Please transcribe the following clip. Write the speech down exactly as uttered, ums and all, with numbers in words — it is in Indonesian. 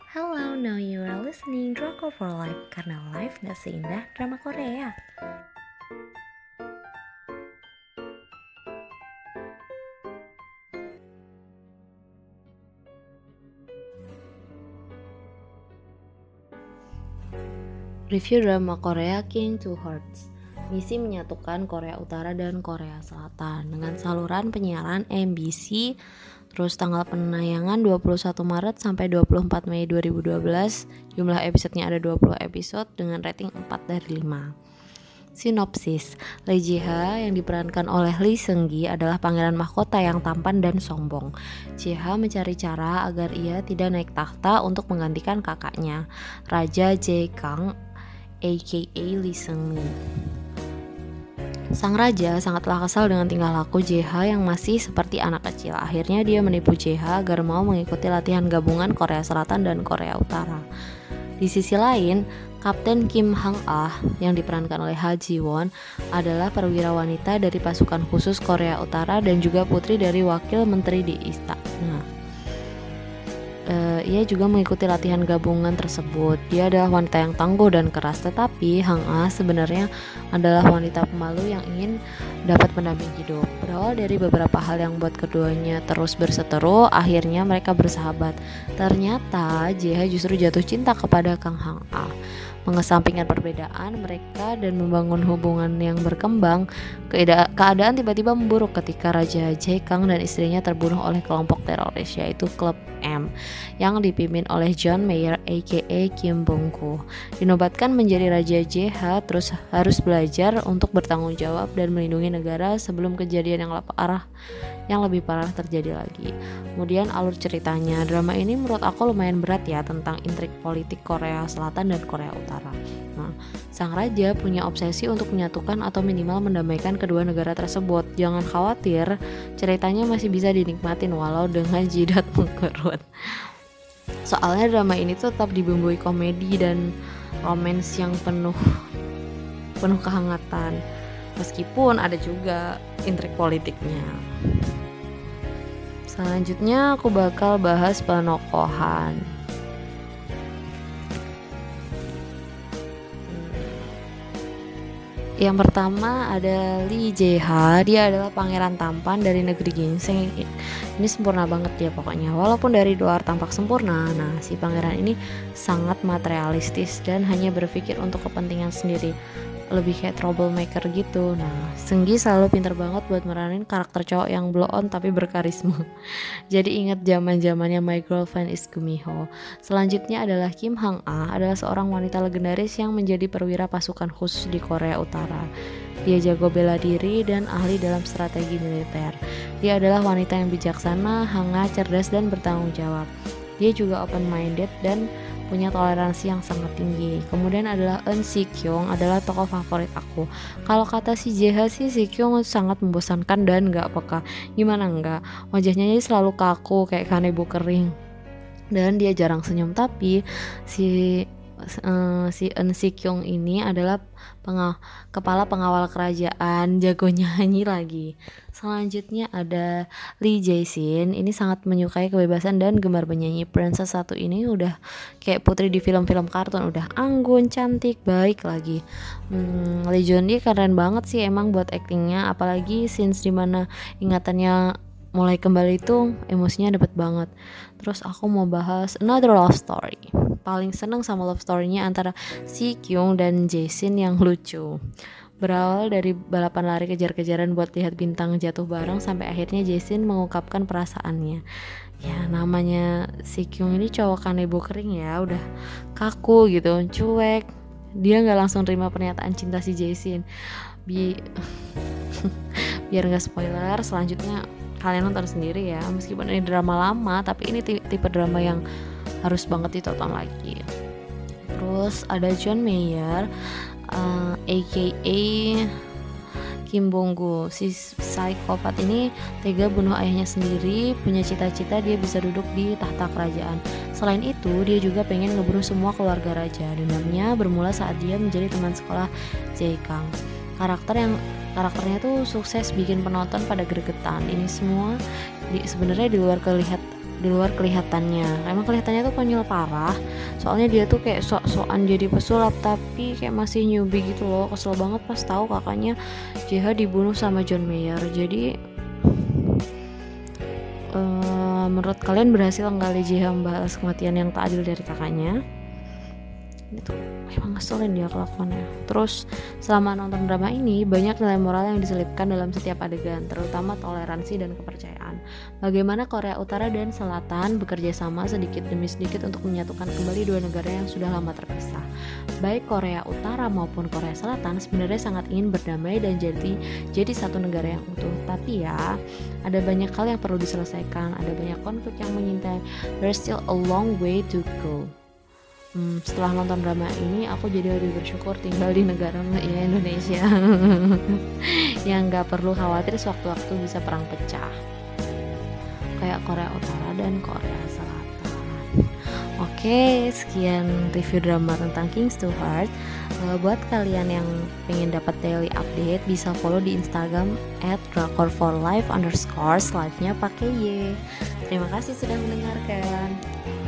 Hello, now you are listening Drama for Life karena life gak seindah drama Korea. Review drama Korea King Two Hearts. Misi menyatukan Korea Utara dan Korea Selatan dengan saluran penyiaran M B C. Terus tanggal penayangan dua puluh satu Maret sampai dua puluh empat Mei dua ribu dua belas. Jumlah episodenya ada dua puluh episode dengan rating empat dari lima. Sinopsis, Lee Ji-ha yang diperankan oleh Lee Seung-gi adalah pangeran mahkota yang tampan dan sombong. Ji-ha mencari cara agar ia tidak naik takhta untuk menggantikan kakaknya, Raja Jae-kang aka Lee Seung-mi. Sang raja sangatlah kesal dengan tingkah laku Jae-ha yang masih seperti anak kecil. Akhirnya dia menipu Jae-ha agar mau mengikuti latihan gabungan Korea Selatan dan Korea Utara. Di sisi lain, Kapten Kim Hang-ah yang diperankan oleh Ha Ji-won adalah perwira wanita dari pasukan khusus Korea Utara dan juga putri dari wakil menteri di istana. Uh, ia juga mengikuti latihan gabungan tersebut. Dia adalah wanita yang tangguh dan keras, tetapi Hang-ah sebenarnya adalah wanita pemalu yang ingin dapat pendamping hidup. Berawal dari beberapa hal yang membuat keduanya terus berseteru, akhirnya mereka bersahabat. Ternyata Jae-ha justru jatuh cinta kepada Kang Hang-ah. Mengesampingkan perbedaan mereka dan membangun hubungan yang berkembang, keadaan tiba-tiba memburuk ketika Raja Jae-kang dan istrinya terbunuh oleh kelompok teroris yaitu Klub M yang dipimpin oleh John Mayer aka Kim Bong-gu. Dinobatkan menjadi Raja Jae-ha, terus harus belajar untuk bertanggung jawab dan melindungi negara sebelum kejadian yang parah yang lebih parah terjadi lagi. Kemudian alur ceritanya, drama ini menurut aku lumayan berat ya, tentang intrik politik Korea Selatan dan Korea Utara. Nah, sang raja punya obsesi untuk menyatukan atau minimal mendamaikan kedua negara tersebut. Jangan khawatir, ceritanya masih bisa dinikmatin walau dengan jidat mengkerut. Soalnya drama ini tuh tetap dibumbui komedi dan romance yang penuh penuh kehangatan. Meskipun ada juga intrik politiknya. Selanjutnya aku bakal bahas penokohan. Yang pertama ada Lee Jae-ha. Dia adalah pangeran tampan dari negeri ginseng. Ini sempurna banget ya pokoknya. Walaupun dari luar tampak sempurna, nah si pangeran ini sangat materialistis dan hanya berpikir untuk kepentingan sendiri. Lebih kayak troublemaker gitu. Nah, Seung-gi selalu pinter banget buat meranin karakter cowok yang blow on tapi berkarisma. Jadi ingat zaman-zamannya My Girlfriend is Gumiho. Selanjutnya adalah Kim Hang-ah, adalah seorang wanita legendaris yang menjadi perwira pasukan khusus di Korea Utara. Dia jago bela diri dan ahli dalam strategi militer. Dia adalah wanita yang bijaksana, hangat, cerdas, dan bertanggung jawab. Dia juga open-minded dan punya toleransi yang sangat tinggi. Kemudian adalah Eun Si Kyung, adalah tokoh favorit aku. Kalau kata si Jae-ha sih, Si Kyung sangat membosankan dan gak peka. Gimana enggak? Wajahnya ini selalu kaku kayak kanebo kering. Dan dia jarang senyum, tapi si uh, si Eun Si Kyung ini adalah pengaw- kepala pengawal kerajaan, jago nyanyi lagi. Selanjutnya ada Lee Jae-shin. Ini sangat menyukai kebebasan dan gemar menyanyi. Princess satu ini udah kayak putri di film-film kartun, udah anggun, cantik, baik lagi. Hmm, Lee Joon-gi keren banget sih emang buat actingnya, apalagi scenes dimana ingatannya mulai kembali itu emosinya dapet banget. Terus aku mau bahas Another Love Story. Paling seneng sama love story-nya antara Si Kyung dan Jae-shin yang lucu. Berawal dari balapan lari kejar-kejaran buat lihat bintang jatuh bareng, sampai akhirnya Jae-shin mengungkapkan perasaannya. Ya namanya Si Kyung ini cowok kanebo kering ya, udah kaku gitu, cuek. Dia gak langsung terima pernyataan cinta si Jae-shin. Bi- Biar gak spoiler, selanjutnya kalian nonton sendiri ya. Meskipun ini drama lama, tapi ini tipe drama yang harus banget ditonton lagi. Terus ada John Mayer, uh, aka Kim Bong-gu. Si psikopat ini tega bunuh ayahnya sendiri, punya cita-cita dia bisa duduk di tahta kerajaan. Selain itu, dia juga pengen ngebunuh semua keluarga raja. Dendamnya bermula saat dia menjadi teman sekolah Jae-kang. Karakter yang karakternya tuh sukses bikin penonton pada gregetan. Ini semua di, sebenarnya di luar kelihat di luar kelihatannya. Emang kelihatannya tuh konyol parah. Soalnya dia tuh kayak sok-sokan jadi pesulap tapi kayak masih newbie gitu loh. Kesel banget pas tahu kakaknya J H dibunuh sama John Mayer. Jadi uh, menurut kalian berhasil nggak J H membalas kematian yang tak adil dari kakaknya? Itu emang ngeselin dia kelakuannya. Terus selama nonton drama ini banyak nilai moral yang diselipkan dalam setiap adegan, terutama toleransi dan kepercayaan. Bagaimana Korea Utara dan Selatan bekerja sama sedikit demi sedikit untuk menyatukan kembali dua negara yang sudah lama terpisah. Baik Korea Utara maupun Korea Selatan sebenarnya sangat ingin berdamai dan jadi jadi satu negara yang utuh. Tapi ya, ada banyak hal yang perlu diselesaikan, ada banyak konflik yang mengintai. There's still a long way to go. Hmm, setelah nonton drama ini aku jadi lebih bersyukur tinggal di negara ya Indonesia yang gak perlu khawatir sewaktu-waktu bisa perang pecah kayak Korea Utara dan Korea Selatan. Oke, sekian review drama tentang King's to Heart. Uh, buat kalian yang pengen dapat daily update bisa follow di Instagram at drakor for life underscore live-nya pakai Y. Terima kasih sudah mendengarkan.